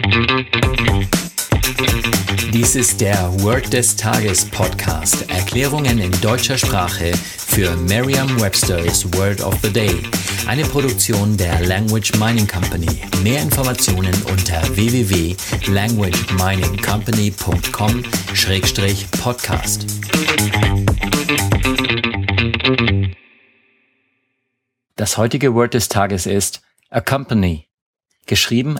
Dies ist der Word des Tages Podcast. Erklärungen in deutscher Sprache für Merriam-Webster's Word of the Day. Eine Produktion der Language Mining Company. Mehr Informationen unter www.languageminingcompany.com/podcast. Das heutige Word des Tages ist accompany, geschrieben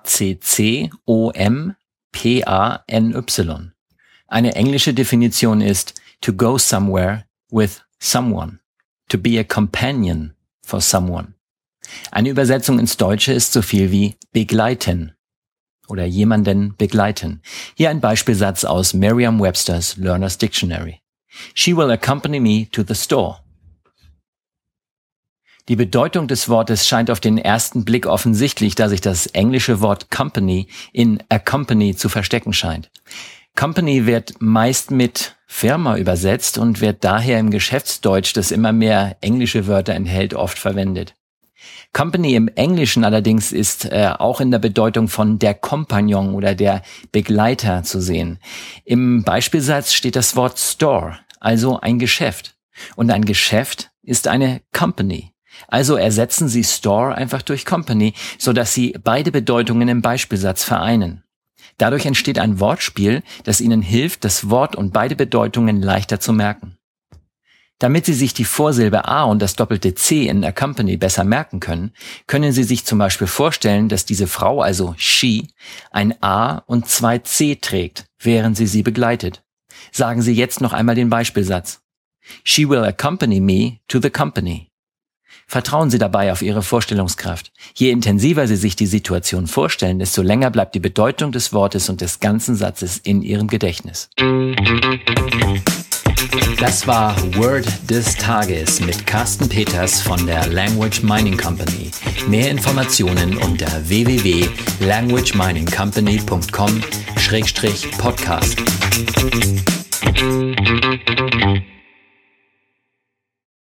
A-C-C-O-M-P-A-N-Y. Eine englische Definition ist to go somewhere with someone, to be a companion for someone. Eine Übersetzung ins Deutsche ist so viel wie begleiten oder jemanden begleiten. Hier ein Beispielsatz aus Merriam-Webster's Learner's Dictionary. She will accompany me to the store. Die Bedeutung des Wortes scheint auf den ersten Blick offensichtlich, da sich das englische Wort company in accompany zu verstecken scheint. Company wird meist mit Firma übersetzt und wird daher im Geschäftsdeutsch, das immer mehr englische Wörter enthält, oft verwendet. Company im Englischen allerdings ist auch in der Bedeutung von der Kompagnon oder der Begleiter zu sehen. Im Beispielsatz steht das Wort Store, also ein Geschäft. Und ein Geschäft ist eine Company. Also ersetzen Sie Store einfach durch Company, sodass Sie beide Bedeutungen im Beispielsatz vereinen. Dadurch entsteht ein Wortspiel, das Ihnen hilft, das Wort und beide Bedeutungen leichter zu merken. Damit Sie sich die Vorsilbe A und das doppelte C in accompany besser merken können, können Sie sich zum Beispiel vorstellen, dass diese Frau, also she, ein A und zwei C trägt, während sie begleitet. Sagen Sie jetzt noch einmal den Beispielsatz. She will accompany me to the company. Vertrauen Sie dabei auf Ihre Vorstellungskraft. Je intensiver Sie sich die Situation vorstellen, desto länger bleibt die Bedeutung des Wortes und des ganzen Satzes in Ihrem Gedächtnis. Das war Word des Tages mit Carsten Peters von der Language Mining Company. Mehr Informationen unter www.languageminingcompany.com/podcast.